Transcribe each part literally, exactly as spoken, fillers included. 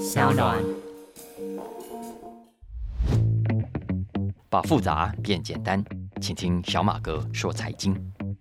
小暖， 把复杂变简单，请听小马哥说财经。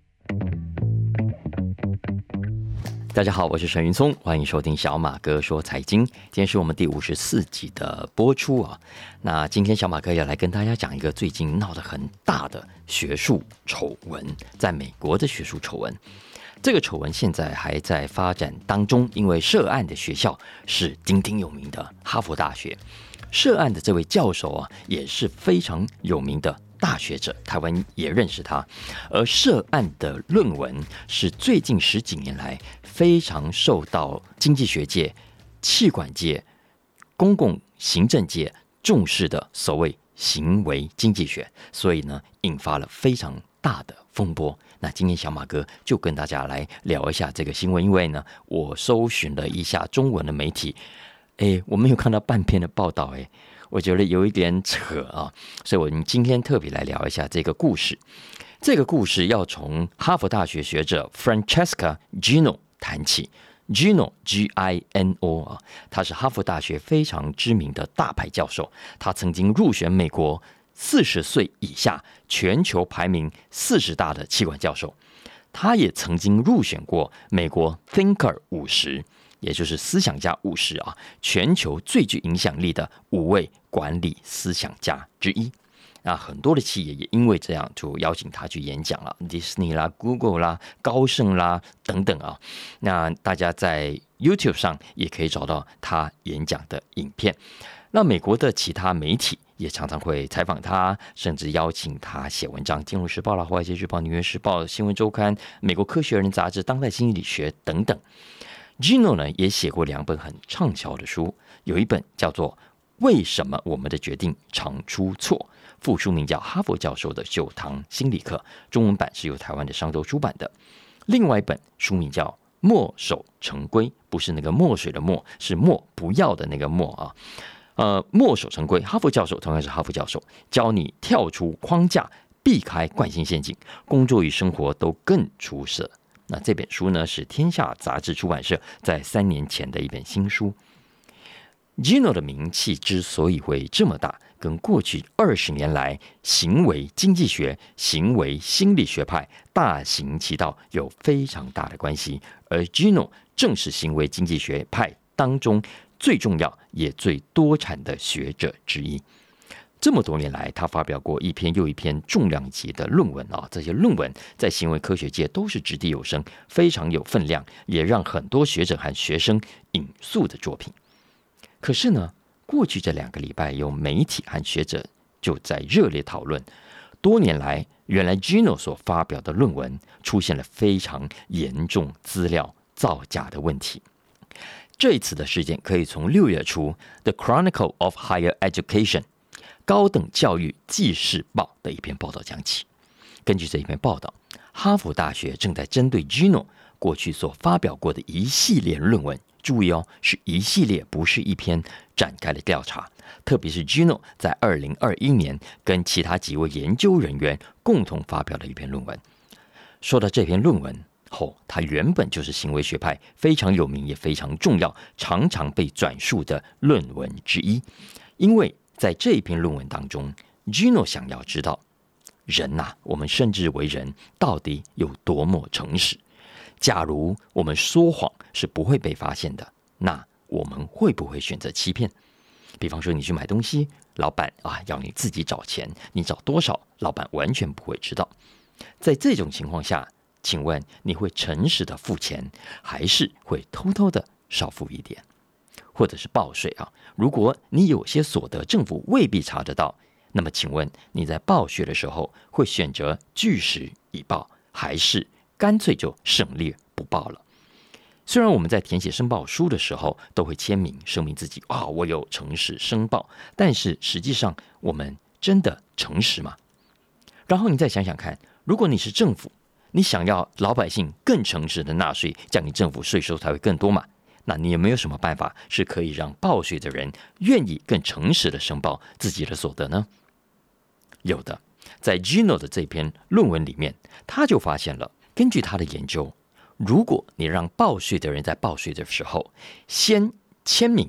大家好，我是沈云聪，欢迎收听小马哥说财经。今天是我们第五十四集的播出啊。那今天小马哥要来跟大家讲一个最近闹得很大的学术丑闻，在美国的学术丑闻。这个丑闻现在还在发展当中，因为涉案的学校是鼎鼎有名的哈佛大学，涉案的这位教授啊，也是非常有名的大学者，台湾也认识他。而涉案的论文是最近十几年来非常受到经济学界、企管界、公共行政界重视的所谓行为经济学，所以呢，引发了非常大的风波。那今天小马哥就跟大家来聊一下这个新闻，因为呢，我搜寻了一下中文的媒体，哎，我没有看到半篇的报道，哎，我觉得有一点扯啊，所以我们今天特别来聊一下这个故事。这个故事要从哈佛大学学者 Francesca Gino 谈起。Gino G I N O 啊，他是哈佛大学非常知名的大牌教授，他曾经入选美国四十岁以下全球排名四十大的企管教授，他也曾经入选过美国 Thinker 五十，也就是思想家五十啊，全球最具影响力的五位管理思想家之一。那很多的企业也因为这样就邀请他去演讲了，迪士尼啦、Google 啦、高盛啦等等啊。那大家在 YouTube 上也可以找到他演讲的影片。那美国的其他媒体也常常会采访他，甚至邀请他写文章，《金融时报》啦、《华尔街日报》、《纽约时报》、《新闻周刊》、《美国科学人》杂志、《当代心理学》等等。Gino 呢也写过两本很畅销的书，有一本叫做《为什么我们的决定常出错》，副书名叫《哈佛教授的九堂心理课》，中文版是由台湾的商周出版的。另外一本书名叫《墨守成规》，不是那个墨水的墨，是墨不要的那个墨啊。呃，墨守成规，哈佛教授同样是哈佛教授，教你跳出框架，避开惯性陷阱，工作与生活都更出色。那这本书呢，是天下杂志出版社在三年前的一本新书。Gino 的名气之所以会这么大，跟过去二十年来行为经济学、行为心理学派大行其道有非常大的关系。而 Gino 正是行为经济学派当中最重要也最多产的学者之一。这么多年来，他发表过一篇又一篇重量级的论文啊，这些论文在行为科学界都是掷地有声，非常有分量，也让很多学者和学生引述的作品。可是呢，过去这两个礼拜，有媒体和学者就在热烈讨论，多年来，原来 Gino 所发表的论文出现了非常严重资料造假的问题。这一次的事件可以从六月初 The Chronicle of Higher Education 高等教育纪事报的一篇报道讲起。根据这一篇报道，哈佛大学正在针对 Gino 过去所发表过的一系列论文，注意哦，是一系列，不是一篇，展开了调查。特别是 Gino 在二零二一年跟其他几位研究人员共同发表了一篇论文。说到这篇论文后，它原本就是行为学派非常有名也非常重要，常常被转述的论文之一。因为在这一篇论文当中， Gino 想要知道人啊，我们甚至为人到底有多么诚实。假如我们说谎是不会被发现的，那我们会不会选择欺骗？比方说你去买东西，老板啊要你自己找钱，你找多少，老板完全不会知道。在这种情况下，请问你会诚实的付钱，还是会偷偷的少付一点？或者是报税啊？如果你有些所得政府未必查得到，那么请问你在报税的时候会选择据实以报，还是干脆就省略不报了？虽然我们在填写申报书的时候都会签名声明自己啊、哦，我有诚实申报，但是实际上我们真的诚实吗？然后你再想想看，如果你是政府，你想要老百姓更诚实的纳税，这样你政府税收才会更多嘛？那你有没有什么办法是可以让报税的人愿意更诚实的申报自己的所得呢？有的，在 Gino 的这篇论文里面，他就发现了，根据他的研究，如果你让报税的人在报税的时候先签名，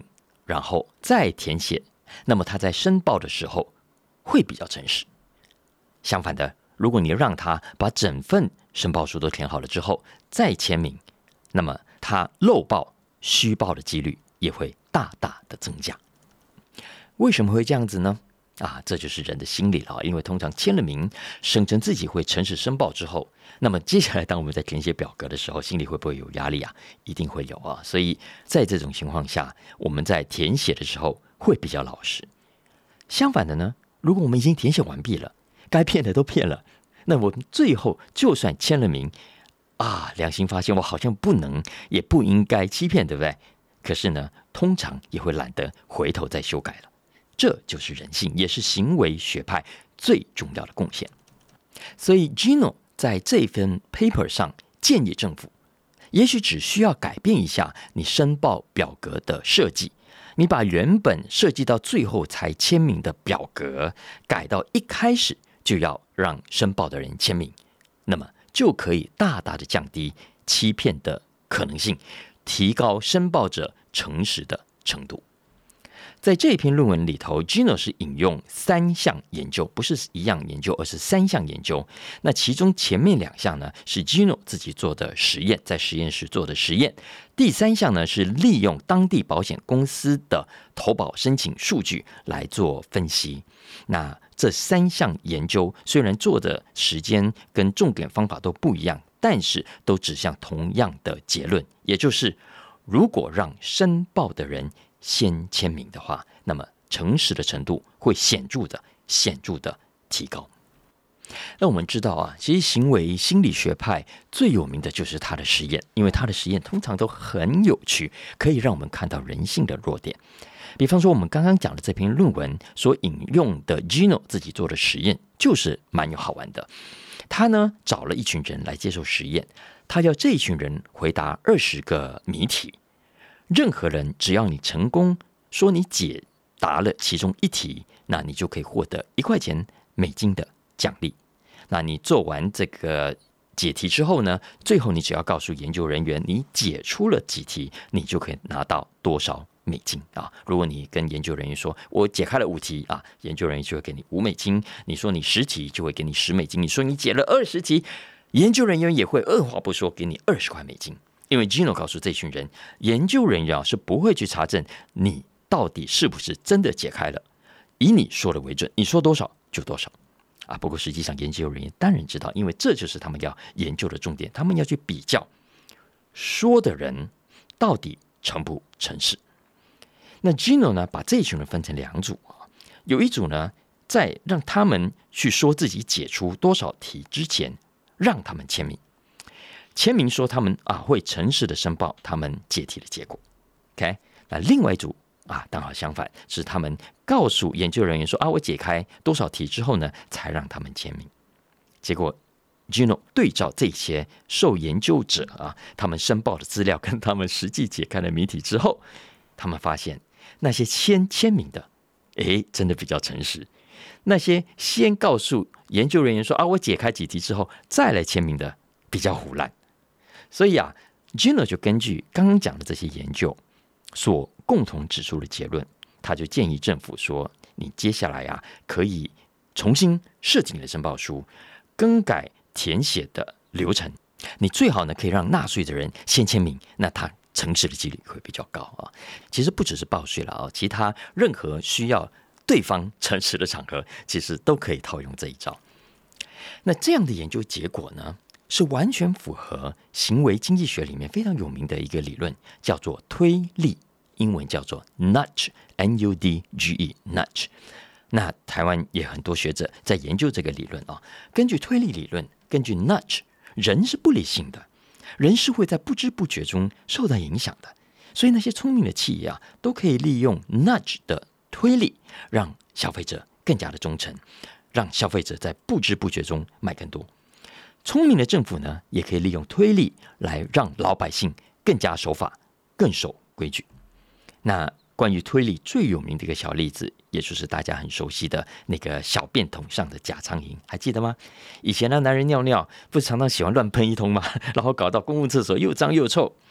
然后再填写，那么他在申报的时候会比较诚实。相反的，如果你让他把整份申报书都填好了之后再签名，那么他漏报、虚报的几率也会大大的增加。为什么会这样子呢？啊，这就是人的心理了。因为通常签了名，声称自己会诚实申报之后，那么接下来当我们在填写表格的时候，心里会不会有压力啊？一定会有啊。所以在这种情况下，我们在填写的时候会比较老实。相反的呢，如果我们已经填写完毕了，该骗的都骗了，那我们最后就算签了名啊，良心发现我好像不能也不应该欺骗，对不对？可是呢，通常也会懒得回头再修改了。这就是人性，也是行为学派最重要的贡献。所以 Gino 在这份 paper 上建议政府，也许只需要改变一下你申报表格的设计，你把原本设计到最后才签名的表格改到一开始就要让申报的人签名，那么就可以大大的降低欺骗的可能性，提高申报者诚实的程度。在这篇论文里头 Gino 是引用三项研究，不是一样研究，而是三项研究。那其中前面两项呢是 Gino 自己做的实验，在实验室做的实验。第三项呢是利用当地保险公司的投保申请数据来做分析。那这三项研究虽然做的时间跟重点方法都不一样，但是都指向同样的结论，也就是如果让申报的人先签名的话，那么诚实的程度会显著的、显著的提高。那我们知道啊，其实行为心理学派最有名的就是他的实验，因为他的实验通常都很有趣，可以让我们看到人性的弱点。比方说，我们刚刚讲的这篇论文所引用的 Gino 自己做的实验，就是蛮有好玩的。他呢找了一群人来接受实验，他要这一群人回答二十个谜题。任何人只要你成功说你解答了其中一题，那你就可以获得一块钱美金的奖励。那你做完这个解题之后呢，最后你只要告诉研究人员你解出了几题，你就可以拿到多少美金啊！如果你跟研究人员说我解开了五题啊，研究人员就会给你五美金；你说你十题就会给你十美金；你说你解了二十题，研究人员也会二话不说给你二十块美金。因为 Gino 告诉这群人，研究人员是不会去查证你到底是不是真的解开了，以你说的为准，你说多少就多少啊。不过实际上研究人员当然知道，因为这就是他们要研究的重点，他们要去比较说的人到底诚不诚实。那 Gino 呢，把这群人分成两组啊，有一组呢，在让他们去说自己解出多少题之前，让他们签名。签名说他们啊会诚实的申报他们解题的结果 ，OK？ 那另外一组啊，刚好相反，是他们告诉研究人员说啊，我解开多少题之后呢，才让他们签名。结果 Gino 对照这些受研究者啊，他们申报的资料跟他们实际解开的谜题之后，他们发现那些先签名的，哎，真的比较诚实；那些先告诉研究人员说啊，我解开几题之后再来签名的，比较唬烂。所以啊 Gino 就根据刚刚讲的这些研究所共同指出的结论，他就建议政府说，你接下来啊可以重新设计你的申报书，更改填写的流程，你最好呢可以让纳税的人先签名，那他诚实的几率会比较高啊。其实不只是报税了啊，其他任何需要对方诚实的场合，其实都可以套用这一招。那这样的研究结果呢，是完全符合行为经济学里面非常有名的一个理论，叫做推力，英文叫做 nudge N U D G E nudge。 那台湾也很多学者在研究这个理论啊。根据推力理论，根据 nudge， 人是不理性的，人是会在不知不觉中受到影响的，所以那些聪明的企业啊，都可以利用 nudge 的推力，让消费者更加的忠诚，让消费者在不知不觉中买更多。聪明的政府呢，也可以利用推力来让老百姓更加守法、更守规矩。那关于推力最有名的一个小例子，也就是大家很熟悉的那个小便桶上的假苍蝇，还记得吗？以前呢，男人尿尿不是常常喜欢乱喷一通吗？然后搞到公共厕所又脏又臭。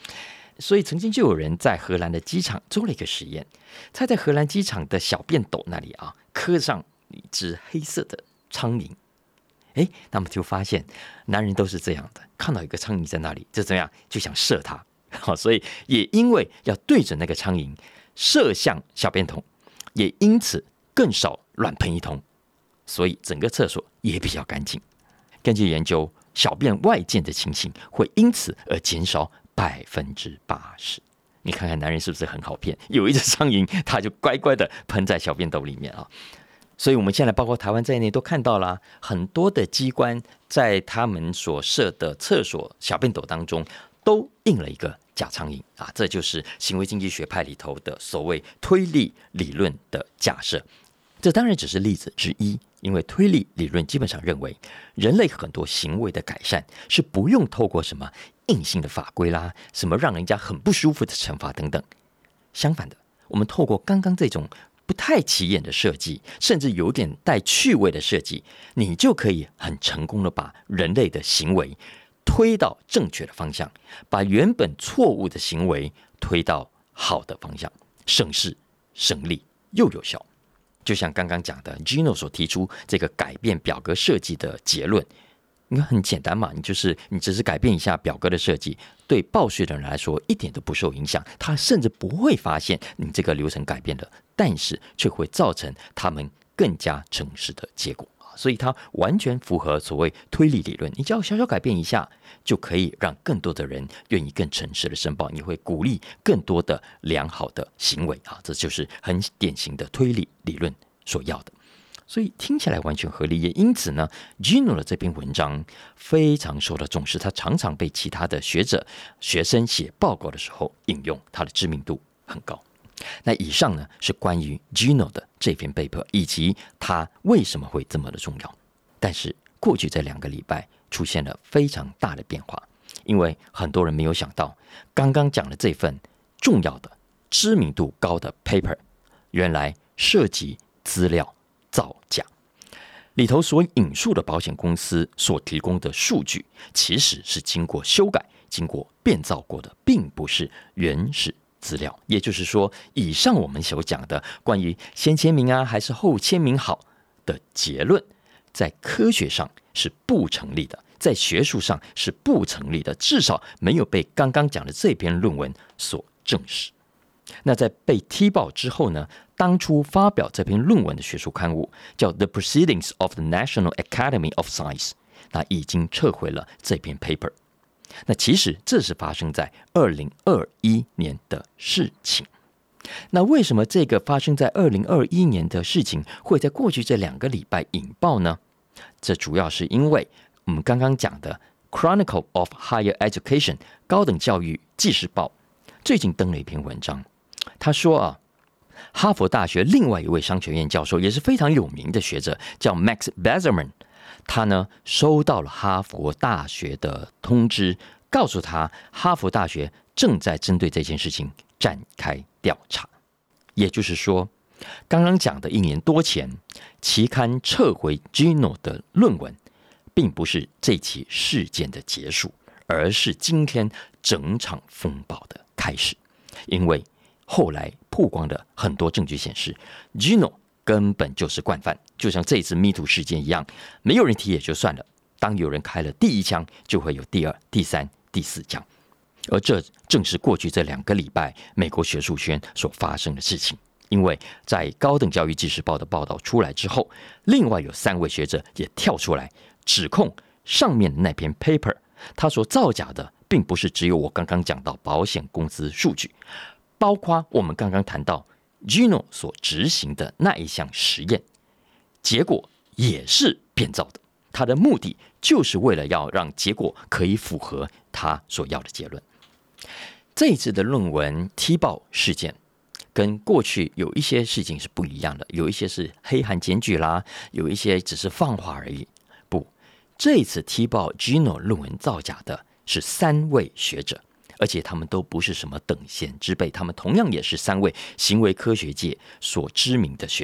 所以曾经就有人在荷兰的机场做了一个实验，他在荷兰机场的小便斗那里啊，刻上一只黑色的苍蝇。哎，那么就发现男人都是这样的，看到一个苍蝇在那里，就怎么样，就想射它。好，所以也因为要对准那个苍蝇，射向小便桶，也因此更少乱喷一通，所以整个厕所也比较干净。根据研究，小便外溅的情形会因此而减少百分之八十。你看看男人是不是很好骗？有一只苍蝇，他就乖乖的喷在小便斗里面啊。所以我们现在包括台湾在内都看到了很多的机关在他们所设的厕所小便斗当中都印了一个假苍蝇啊，这就是行为经济学派里头的所谓推力理论的假设。这当然只是例子之一，因为推力理论基本上认为人类很多行为的改善是不用透过什么硬性的法规啦，什么让人家很不舒服的惩罚等等。相反的，我们透过刚刚这种不太起眼的设计，甚至有点带趣味的设计，你就可以很成功的把人类的行为推到正确的方向，把原本错误的行为推到好的方向，省事省力又有效。就像刚刚讲的 Gino 所提出这个改变表格设计的结论，你看很简单嘛，你就是你只是改变一下表格的设计，对报税的人来说一点都不受影响，他甚至不会发现你这个流程改变了，但是却会造成他们更加诚实的结果。所以它完全符合所谓推理理论，你只要小小改变一下，就可以让更多的人愿意更诚实的申报，你会鼓励更多的良好的行为啊，这就是很典型的推理理论所要的。所以听起来完全合理，也因此呢 Gino 的这篇文章非常受到重视，他常常被其他的学者学生写报告的时候引用，他的知名度很高。那以上呢是关于 Gino 的这篇 paper 以及他为什么会这么的重要。但是过去这两个礼拜出现了非常大的变化，因为很多人没有想到，刚刚讲的这份重要的知名度高的 paper 原来涉及资料造假，里头所引述的保险公司所提供的数据其实是经过修改、经过变造过的，并不是原始资料。也就是说，以上我们所讲的关于先签名啊还是后签名好的结论，在科学上是不成立的，在学术上是不成立的，至少没有被刚刚讲的这篇论文所证实。那在被踢爆之后呢，当初发表这篇论文的学术刊物叫 The Proceedings of the National Academy of Science， 那已经撤回了这篇 paper。那其实这是发生在二零二一年的事情。那为什么这个发生在二零二一年的事情会在过去这两个礼拜引爆呢？这主要是因为我们刚刚讲的 Chronicle of Higher Education 高等教育纪事报最近登了一篇文章，他说啊，哈佛大学另外一位商学院教授也是非常有名的学者，叫 Max Bazerman，他呢收到了哈佛大学的通知，告诉他哈佛大学正在针对这件事情展开调查。也就是说，刚刚讲的一年多前期刊撤回 Gino 的论文，并不是这起事件的结束，而是今天整场风暴的开始。因为后来曝光的很多证据显示 Gino 根本就是惯犯，就像这一次 Me Too 事件一样，没有人提也就算了，当有人开了第一枪，就会有第二、第三、第四枪。而这正是过去这两个礼拜美国学术圈所发生的事情。因为在高等教育纪事报的报道出来之后，另外有三位学者也跳出来指控上面的那篇 paper， 他所造假的并不是只有我刚刚讲到保险公司数据，包括我们刚刚谈到 Gino 所执行的那一项实验，结果也是编造的。他的目的就是为了要让结果可以符合他所要的结论。这一次的论文踢爆事件跟过去有一些事情是不一样的，有一些是黑函检举啦，有一些只是放话而已。不，这一次踢爆 Gino 论文造假的是三位学者，而且他们都不是什么等闲之辈，他们同样也是三位行为科学界所知名的学者。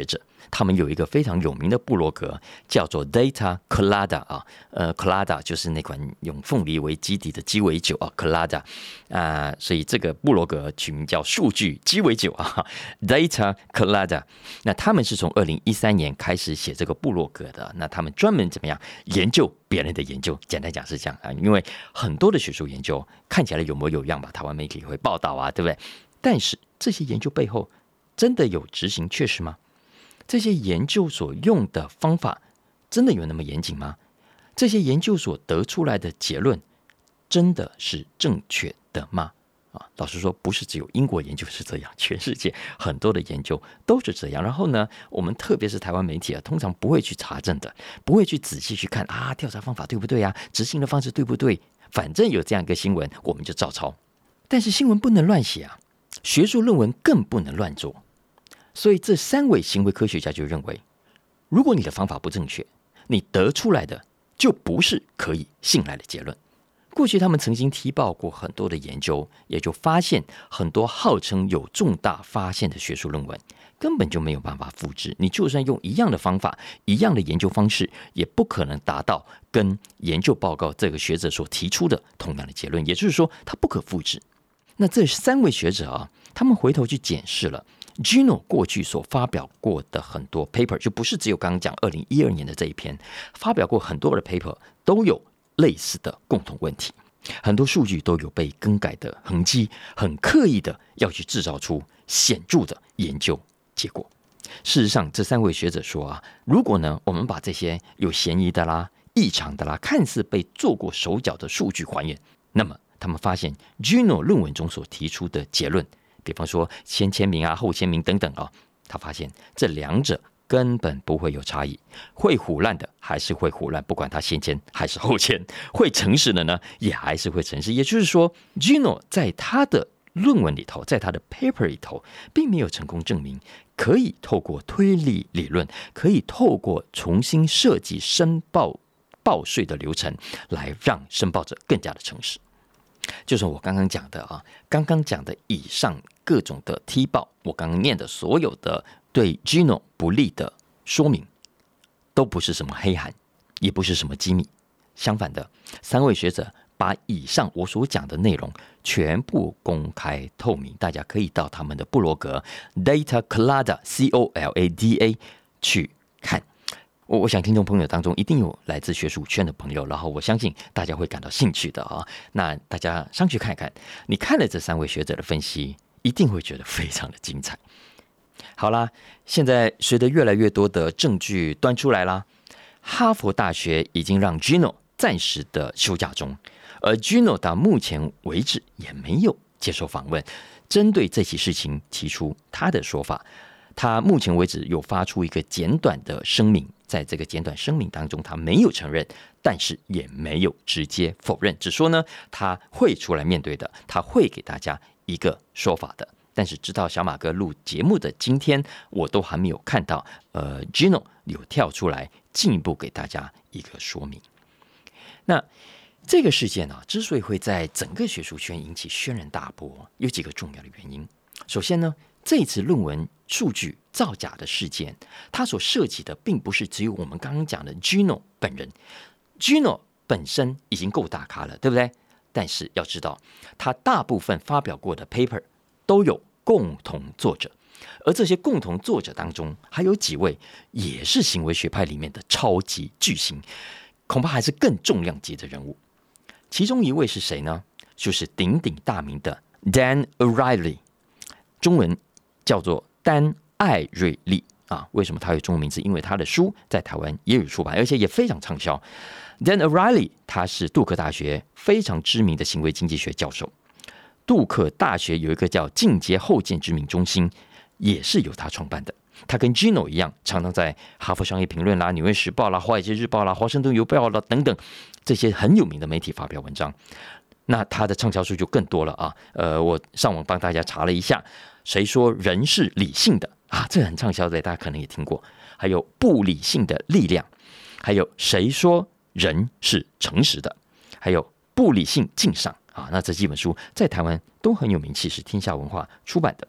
他们有一个非常有名的部落格，叫做 Data Colada 啊，呃 Colada 就是那款用凤梨为基底的鸡尾酒啊 Colada 啊，所以这个部落格取名叫数据鸡尾酒啊 Data Colada。那他们是从二零一三年开始写这个部落格的，那他们专门怎么样研究别人的研究？简单讲是这样啊，因为很多的学术研究看起来有模有样吧，台湾媒体会报道啊，对不对？但是这些研究背后真的有执行确实吗？这些研究所用的方法真的有那么严谨吗？这些研究所得出来的结论真的是正确的吗？啊，老实说，不是只有英国研究是这样，全世界很多的研究都是这样。然后呢，我们特别是台湾媒体啊，通常不会去查证的，不会去仔细去看啊，调查方法对不对啊，执行的方式对不对？反正有这样一个新闻，我们就照抄。但是新闻不能乱写啊，学术论文更不能乱做。所以这三位行为科学家就认为，如果你的方法不正确，你得出来的就不是可以信赖的结论。过去他们曾经踢爆过很多的研究，也就发现很多号称有重大发现的学术论文根本就没有办法复制，你就算用一样的方法，一样的研究方式，也不可能达到跟研究报告这个学者所提出的同样的结论，也就是说它不可复制。那这三位学者啊，他们回头去检视了 Juno 过去所发表过的很多 paper， 就不是只有刚刚讲二零一二年的这一篇，发表过很多的 paper 都有类似的共同问题，很多数据都有被更改的痕迹，很刻意的要去制造出显著的研究结果。事实上，这三位学者说啊，如果呢我们把这些有嫌疑的啦、异常的啦、看似被做过手脚的数据还原，那么他们发现 Juno 论文中所提出的结论，比方说先签名啊、后签名等等啊，他发现这两者根本不会有差异，会唬烂的还是会唬烂，不管他先签还是后签；会诚实的呢，也还是会诚实。也就是说 ，Juno 在他的论文里头，在他的 paper 里头，并没有成功证明可以透过推理理论，可以透过重新设计申报报税的流程，来让申报者更加的诚实。就是我刚刚讲的啊，刚刚讲的以上各种的踢爆，我刚刚念的所有的对 Juno 不利的说明，都不是什么黑函，也不是什么机密。相反的，三位学者把以上我所讲的内容全部公开透明，大家可以到他们的部落格 Data Colada C O L A D A 去看。我我想听众朋友当中一定有来自学术圈的朋友，然后我相信大家会感到兴趣的啊。那大家上去看看，你看了这三位学者的分析，一定会觉得非常的精彩。好啦，现在随着越来越多的证据端出来啦，哈佛大学已经让 Juno 暂时的休假中，而 Juno 到目前为止也没有接受访问，针对这起事情提出他的说法。他目前为止有发出一个简短的声明，在这个简短声明当中，他没有承认，但是也没有直接否认，只说呢他会出来面对的，他会给大家一个说法的。但是直到小马哥录节目的今天，我都还没有看到呃 Juno 有跳出来进一步给大家一个说明。那这个事件呢、啊，之所以会在整个学术圈引起轩然大波，有几个重要的原因。首先呢，这次论文数据造假的事件，它所涉及的并不是只有我们刚刚讲的 Juno 本人。Juno 本身已经够大咖了，对不对？但是要知道，他大部分发表过的 paper 都有共同作者，而这些共同作者当中，还有几位也是行为学派里面的超级巨星，恐怕还是更重量级的人物。其中一位是谁呢？就是鼎鼎大名的 Dan Ariely， 中文叫做丹艾瑞利啊。为什么他有中文名字？因为他的书在台湾也有出版，而且也非常畅销。Dan Ariely 他是杜克大学非常知名的行为经济学教授。杜克大学有一个叫进阶后见知名中心，也是由他创办的。他跟 Juno 一样，常常在哈佛商业评论啦、纽约时报啦、华尔街日报啦、华盛顿邮报啦等等这些很有名的媒体发表文章。那他的畅销书就更多了啊。呃，我上网帮大家查了一下，谁说人是理性的啊？这很畅销的，大家可能也听过。还有不理性的力量，还有谁说人是诚实的，还有不理性敬上啊。那这几本书在台湾都很有名气，是天下文化出版的。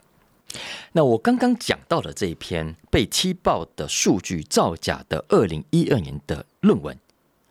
那我刚刚讲到的这一篇被踢爆的数据造假的二零一二年的论文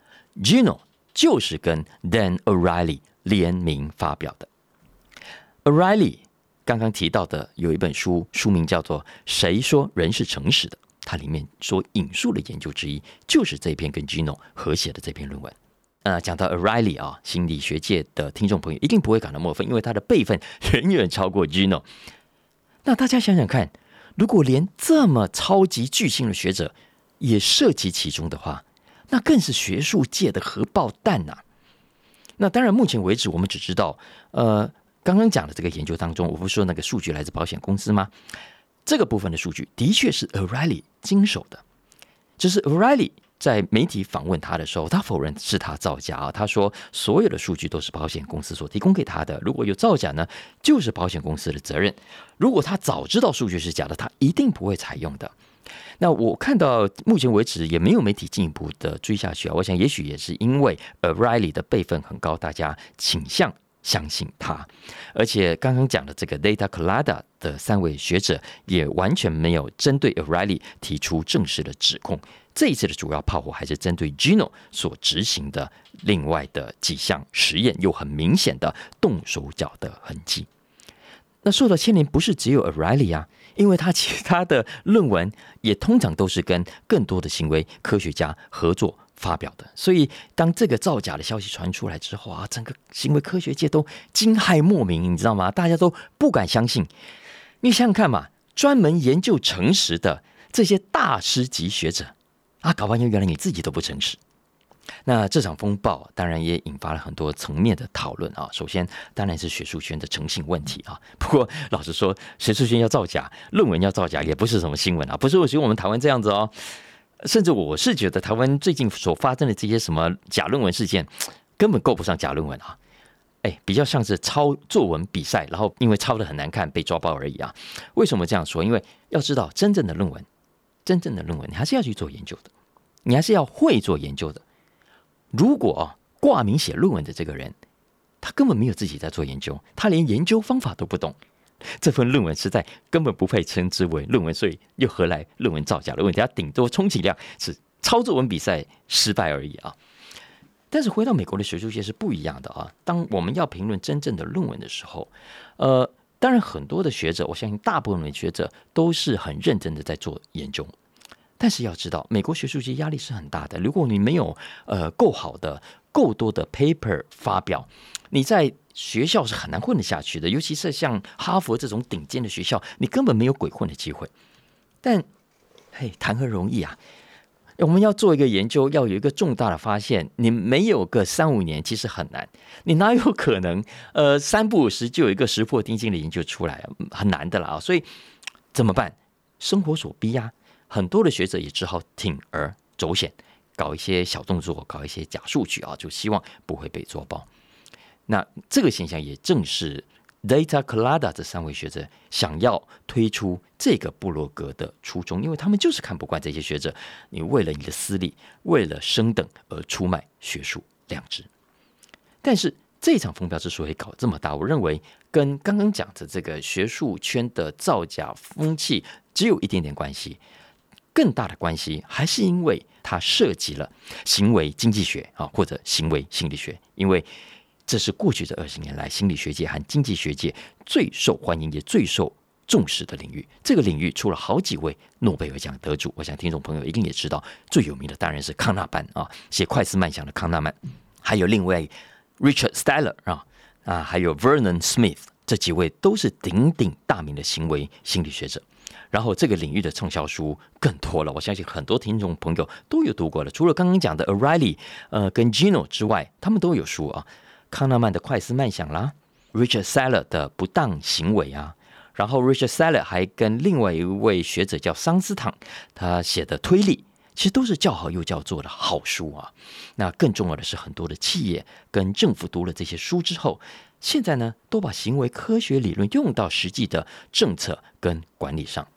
，Gino 就是跟 Dan Ariely 联名发表的。Ariely 刚刚提到的有一本书，书名叫做《谁说人是诚实的》，它里面所引述的研究之一，就是这篇跟 Gino 合写的这篇论文。呃，讲到 Ariely 啊，心理学界的听众朋友一定不会感到陌生，因为他的辈分远远超过 Gino。那大家想想看，如果连这么超级巨星的学者也涉及其中的话，那更是学术界的核爆弹呐、啊。那当然，目前为止我们只知道，呃，刚刚讲的这个研究当中，我不是说那个数据来自保险公司吗？这个部分的数据的确是 Ariely 经手的，只是 Ariely 在媒体访问他的时候，他否认是他造假啊。他说所有的数据都是保险公司所提供给他的，如果有造假呢，就是保险公司的责任。如果他早知道数据是假的，他一定不会采用的。那我看到目前为止也没有媒体进一步的追下去啊。我想也许也是因为 Ariely 的辈分很高，大家倾向相信他。而且刚刚讲的这个 Data Colada 的三位学者也完全没有针对 Ariely 提出正式的指控。这一次的主要炮火还是针对 Gino 所执行的另外的几项实验，有很明显的动手脚的痕迹。那受到牵连不是只有 Ariely 啊，因为他其他的论文也通常都是跟更多的行为科学家合作发表的。所以当这个造假的消息传出来之后啊，整个行为科学界都惊骇莫名，你知道吗？大家都不敢相信。你想想看嘛，专门研究诚实的这些大师级学者啊，搞半天原来你自己都不诚实。那这场风暴当然也引发了很多层面的讨论啊。首先当然是学术圈的诚信问题啊。不过老实说，学术圈要造假，论文要造假，也不是什么新闻啊，不是我觉得我们台湾这样子哦。甚至我是觉得台湾最近所发生的这些什么假论文事件，根本够不上假论文啊。哎，比较像是抄作文比赛，然后因为抄得很难看被抓包而已啊。为什么这样说？因为要知道真正的论文，真正的论文你还是要去做研究的，你还是要会做研究的。如果挂名写论文的这个人，他根本没有自己在做研究，他连研究方法都不懂，这份论文实在根本不配称之为论文，所以又何来论文造假的问题？他顶多充其量是抄作文比赛失败而已啊。但是回到美国的学术界是不一样的啊。当我们要评论真正的论文的时候，呃，当然很多的学者，我相信大部分的学者都是很认真的在做研究。但是要知道，美国学术界压力是很大的。如果你没有呃够好的、够多的 paper 发表，你在学校是很难混得下去的。尤其是像哈佛这种顶尖的学校，你根本没有鬼混的机会。但嘿，谈何容易啊！我们要做一个研究，要有一个重大的发现，你没有个三五年，其实很难。你哪有可能呃三不五时就有一个石破天惊的研究出来？很难的啦啊！所以怎么办？生活所逼啊！很多的学者也只好铤而走险，搞一些小动作，搞一些假数据啊，就希望不会被抓包。那这个现象也正是 Data Colada 这三位学者想要推出这个部落格的初衷，因为他们就是看不惯这些学者，你为了你的私利，为了升等而出卖学术良知。但是这场风暴之所以搞这么大，我认为跟刚刚讲的这个学术圈的造假风气只有一点点关系。更大的关系还是因为它涉及了行为经济学啊，或者行为心理学，因为这是过去这二十年来心理学界和经济学界最受欢迎也最受重视的领域。这个领域出了好几位诺贝尔奖得主，我想听众朋友一定也知道，最有名的当然是康纳曼啊，写快思慢想的康纳曼，还有另外 Richard Stallard 啊啊，还有 Vernon Smith， 这几位都是鼎鼎大名的行为心理学者。然后这个领域的畅销书更多了，我相信很多听众朋友都有读过了。除了刚刚讲的 Ariely 呃跟 Gino 之外，他们都有书啊。康纳曼的快思慢想啦 ，Richard Stallard 的不当行为啊，然后 Richard Stallard 还跟另外一位学者叫桑斯坦，他写的推理，其实都是叫好又叫座的好书啊。那更重要的是，很多的企业跟政府读了这些书之后，现在呢都把行为科学理论用到实际的政策跟管理上。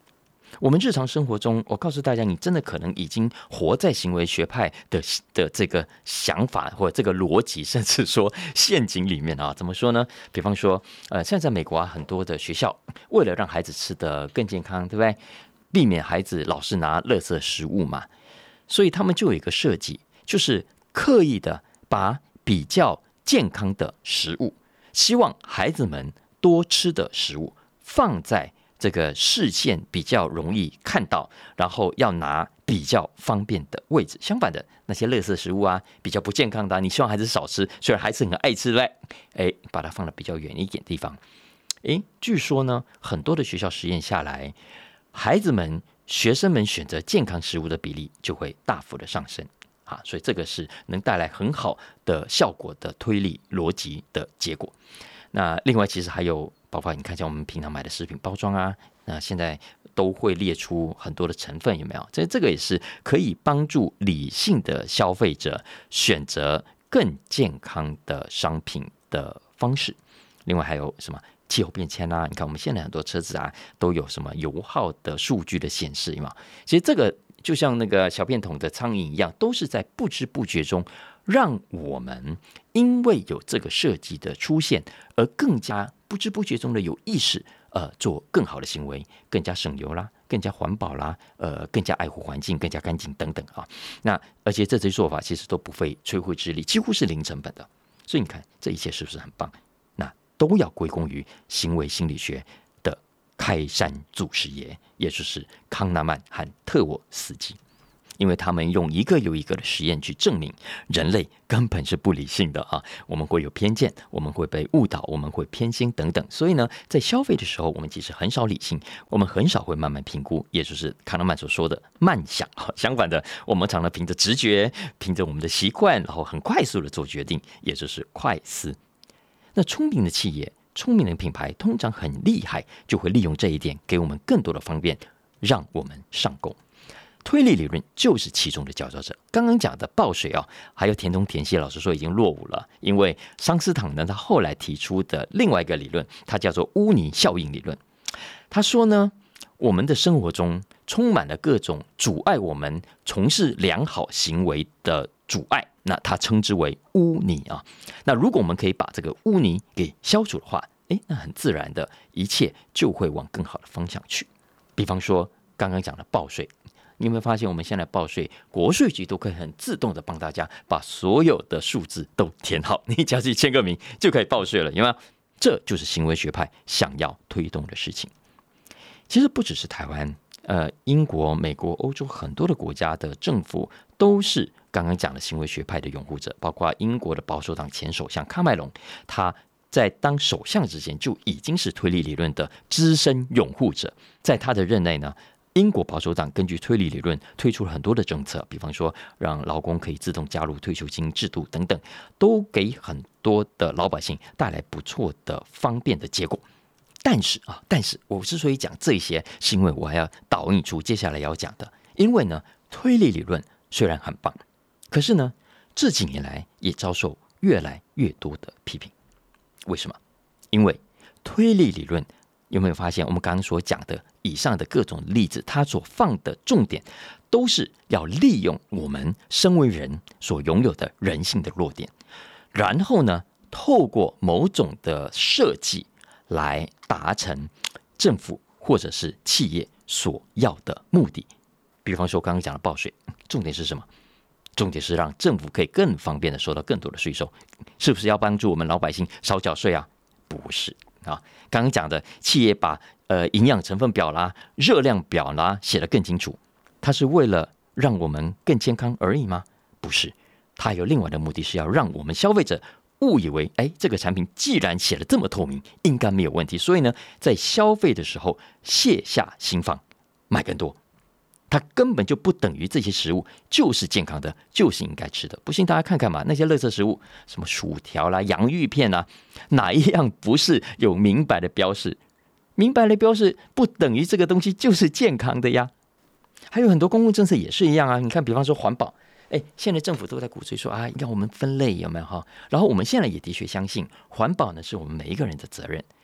我们日常生活中，我告诉大家，你真的可能已经活在行为学派的的这个想法或者这个逻辑，甚至说陷阱里面啊。怎么说呢？比方说，呃，现在在美国啊，很多的学校为了让孩子吃得更健康，对不对？避免孩子老是拿垃圾食物嘛，所以他们就有一个设计，就是刻意的把比较健康的食物，希望孩子们多吃的食物放在这个视线比较容易看到，然后要拿比较方便的位置。相反的，那些垃圾食物啊，比较不健康的、啊，你希望孩子少吃，虽然孩子很爱吃嘞，哎，把它放得比较远一点的地方。哎，据说呢，很多的学校实验下来，孩子们、学生们选择健康食物的比例就会大幅的上升。啊，所以这个是能带来很好的效果的推理逻辑的结果。那另外，其实还有包括你看，像我们平常买的食品包装啊，那现在都会列出很多的成分，有没有？这这个也是可以帮助理性的消费者选择更健康的商品的方式。另外还有什么气候变迁啊？你看我们现在很多车子啊，都有什么油耗的数据的显示嘛？其实这个就像那个小便桶的苍蝇一样，都是在不知不觉中让我们因为有这个设计的出现，而更加不知不觉中的有意识，呃，做更好的行为，更加省油啦，更加环保啦，呃，更加爱护环境，更加干净等等啊。那而且这些做法其实都不费吹灰之力，几乎是零成本的。所以你看，这一切是不是很棒？那都要归功于行为心理学的开山祖师爷，也就是康纳曼和特沃斯基。因为他们用一个又一个的实验去证明人类根本是不理性的啊，我们会有偏见，我们会被误导，我们会偏心等等。所以呢，在消费的时候，我们其实很少理性，我们很少会慢慢评估，也就是康纳曼所说的慢想。相反的，我们常常凭着直觉，凭着我们的习惯，然后很快速的做决定，也就是快思。那聪明的企业、聪明的品牌通常很厉害，就会利用这一点，给我们更多的方便，让我们上钩。推理理论就是其中的佼佼者。刚刚讲的报水啊，还有田中田希老师说已经落伍了，因为桑斯坦呢，他后来提出的另外一个理论，它叫做乌尼效应理论。他说呢，我们的生活中充满了各种阻碍我们从事良好行为的阻碍，那他称之为污泥啊。那如果我们可以把这个污泥给消除的话，诶，那很自然的一切就会往更好的方向去。比方说刚刚讲的报税，你有没有发现我们现在报税，国税局都可以很自动的帮大家把所有的数字都填好，你只要去签个名就可以报税了，有没有？这就是行为学派想要推动的事情。其实不只是台湾，呃，英国、美国、欧洲很多的国家的政府都是刚刚讲的行为学派的拥护者，包括英国的保守党前首相卡麦隆，他在当首相之前就已经是推理理论的资深拥护者，在他的任内呢，英国保守党根据推理理论推出了很多的政策，比方说让劳工可以自动加入退休金制度等等，都给很多的老百姓带来不错的方便的结果。但是啊，但是我之所以讲这些，是因为我还要导引出接下来要讲的。因为呢，推理理论虽然很棒，可是呢，这几年来也遭受越来越多的批评。为什么？因为推理理论有没有发现，我们刚刚所讲的以上的各种例子，它所放的重点都是要利用我们身为人所拥有的人性的弱点，然后呢，透过某种的设计来达成政府或者是企业所要的目的。比方说刚刚讲的报税，重点是什么？重点是让政府可以更方便的收到更多的税收，是不是要帮助我们老百姓少缴税啊？不是啊，刚刚讲的企业把呃营养成分表啦、热量表啦写得更清楚，它是为了让我们更健康而已吗？不是，它有另外的目的，是要让我们消费者误以为，哎，这个产品既然写得这么透明，应该没有问题，所以呢，在消费的时候卸下心防，买更多。它根本就不等于这些食物就是健康的，就是应该吃的。不信大家看看嘛，那些垃圾食物，什么薯条啦、洋芋片啦，哪一样不是有明白的标示？明白的标示不等于这个东西就是健康的呀。还有很多公共政策也是一样啊。你看，比方说环保，哎，现在政府都在鼓吹说啊，要我们分类有没有哈？然后我们现在也的确相信环保呢是我们每一个人的责任。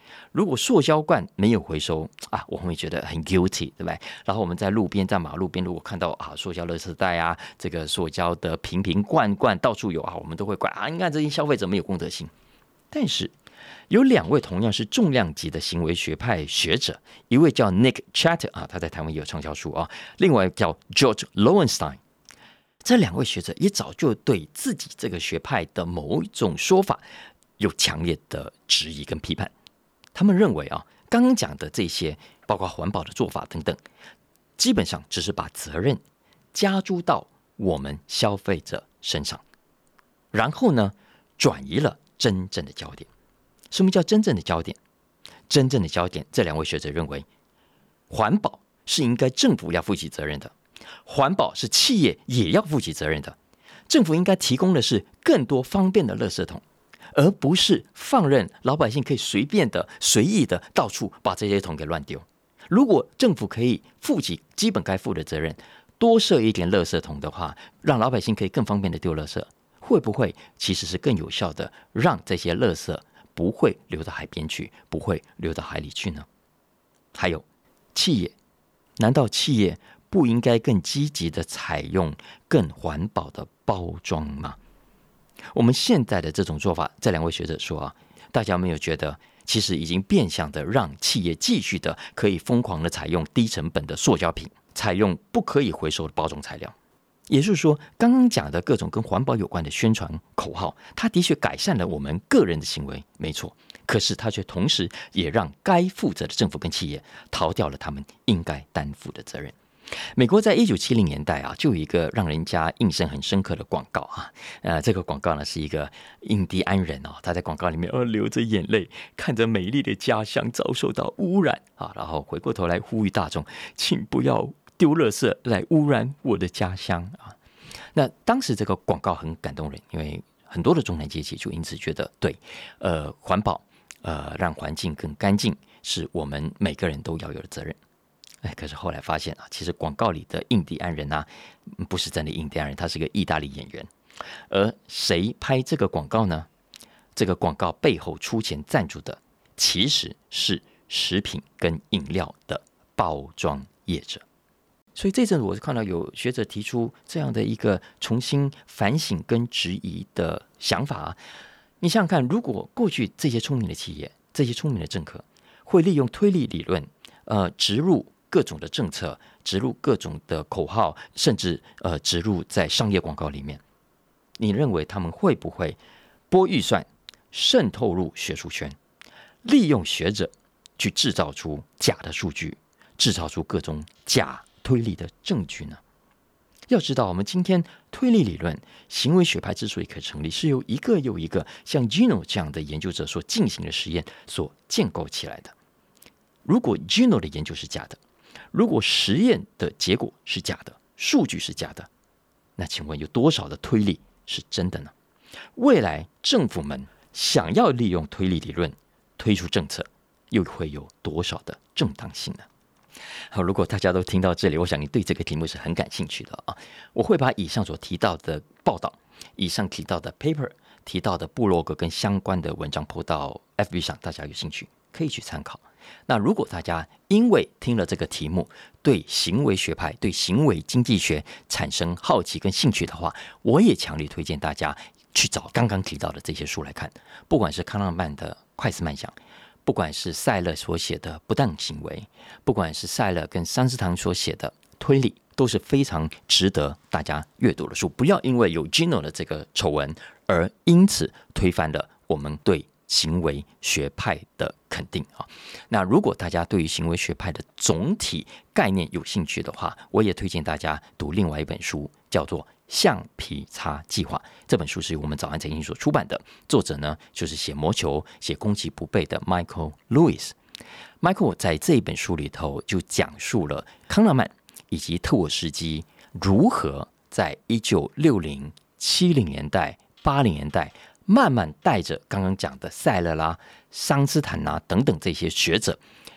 如果塑胶罐没有回收啊，我们会觉得很 guilty， 对不对？然后我们在路边，在马路边，如果看到啊塑胶垃圾袋啊，这个塑胶的瓶瓶罐罐到处有啊，我们都会怪啊，你看这些消费者没有公德心。但是有两位同样是重量级的行为学派学者，一位叫 Nick Chatter 啊，他在台湾也有畅销书啊，另外叫 George Lowenstein。这两位学者也早就对自己这个学派的某一种说法有强烈的质疑跟批判。他们认为啊，刚刚讲的这些，包括环保的做法等等，基本上只是把责任加诸到我们消费者身上，然后呢，转移了真正的焦点。什么叫真正的焦点？真正的焦点，这两位学者认为，环保是应该政府要负起责任的，环保是企业也要负起责任的。政府应该提供的是更多方便的垃圾桶，而不是放任老百姓可以随便的、随意的到处把这些桶给乱丢。如果政府可以负起基本该负的责任，多设一点垃圾桶的话，让老百姓可以更方便的丢垃圾，会不会其实是更有效的让这些垃圾不会流到海边去，不会流到海里去呢？还有企业，难道企业不应该更积极的采用更环保的包装吗？我们现在的这种做法，这两位学者说啊，大家有没有觉得其实已经变相的让企业继续的可以疯狂的采用低成本的塑胶品，采用不可以回收的包装材料？也就是说，刚刚讲的各种跟环保有关的宣传口号，它的确改善了我们个人的行为，没错。可是它却同时也让该负责的政府跟企业逃掉了他们应该担负的责任。美国在一九七零年代啊，就有一个让人家印象很深刻的广告啊，呃，这个广告呢是一个印第安人哦，他在广告里面呃流着眼泪，看着美丽的家乡遭受到污染啊，然后回过头来呼吁大众，请不要丢垃圾来污染我的家乡啊！那当时这个广告很感动人，因为很多的中产阶级就因此觉得，对，呃，环保，呃，让环境更干净，是我们每个人都要有的责任。哎，可是后来发现啊，其实广告里的印第安人啊，不是真的印第安人，他是个意大利演员。而谁拍这个广告呢？这个广告背后出钱赞助的，其实是食品跟饮料的包装业者。所以这阵子我是看到有学者提出这样的一个重新反省跟质疑的想法啊。你想想看，如果过去这些聪明的企业、这些聪明的政客会利用推力理论，呃，植入各种的政策，植入各种的口号，甚至呃植入在商业广告里面，你认为他们会不会拨预算渗透入学术圈，利用学者去制造出假的数据，制造出各种假推理的证据呢？要知道，我们今天推理理论、行为学派之所以可以成立，是由一个又一个像 Gino 这样的研究者所进行的实验所建构起来的。如果 Gino 的研究是假的，如果实验的结果是假的，数据是假的，那请问有多少的推理是真的呢？未来政府们想要利用推理理论推出政策，又会有多少的正当性呢？好，如果大家都听到这里，我想你对这个题目是很感兴趣的啊。我会把以上所提到的报道、以上提到的 paper、提到的部落格跟相关的文章 po 到 F B 上，大家有兴趣可以去参考。那如果大家因为听了这个题目，对行为学派、对行为经济学产生好奇跟兴趣的话，我也强烈推荐大家去找刚刚提到的这些书来看，不管是康纳曼的《快思慢想》，不管是塞勒所写的不当行为，不管是塞勒跟桑斯堂所写的推理，都是非常值得大家阅读的书。不要因为有 Gino 的这个丑闻而因此推翻了我们对行为学派的肯定啊。那如果大家对于行为学派的总体概念有兴趣的话，我也推荐大家读另外一本书，叫做橡皮擦计划。这本书是由我们早安财经所出版的，作者呢就是写魔球、写攻其不备的 Michael Lewis。Michael 在这本书里头就讲述了康纳曼以及特沃斯基如何在一九六零、七零年代、八零年代慢慢带着刚刚讲的塞勒啦、桑斯坦啊等等这些学者，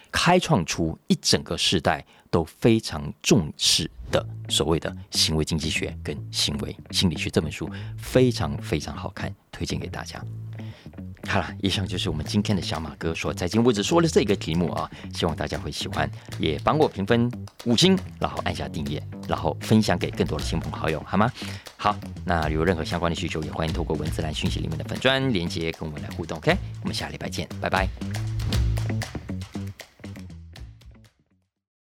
开创出一整个世代都非常重视的所谓的行为经济学跟行为心理学。这本书非常非常好看，推荐给大家。好了，以上就是我们今天的小马哥说财经，我只说了这个题目啊，希望大家会喜欢，也帮我评分五星，然后按下订阅，然后分享给更多的亲朋好友，好吗？好，那有任何相关的需求，也欢迎透过文字栏讯息里面的粉专连接跟我们来互动。OK， 我们下礼拜见，拜拜。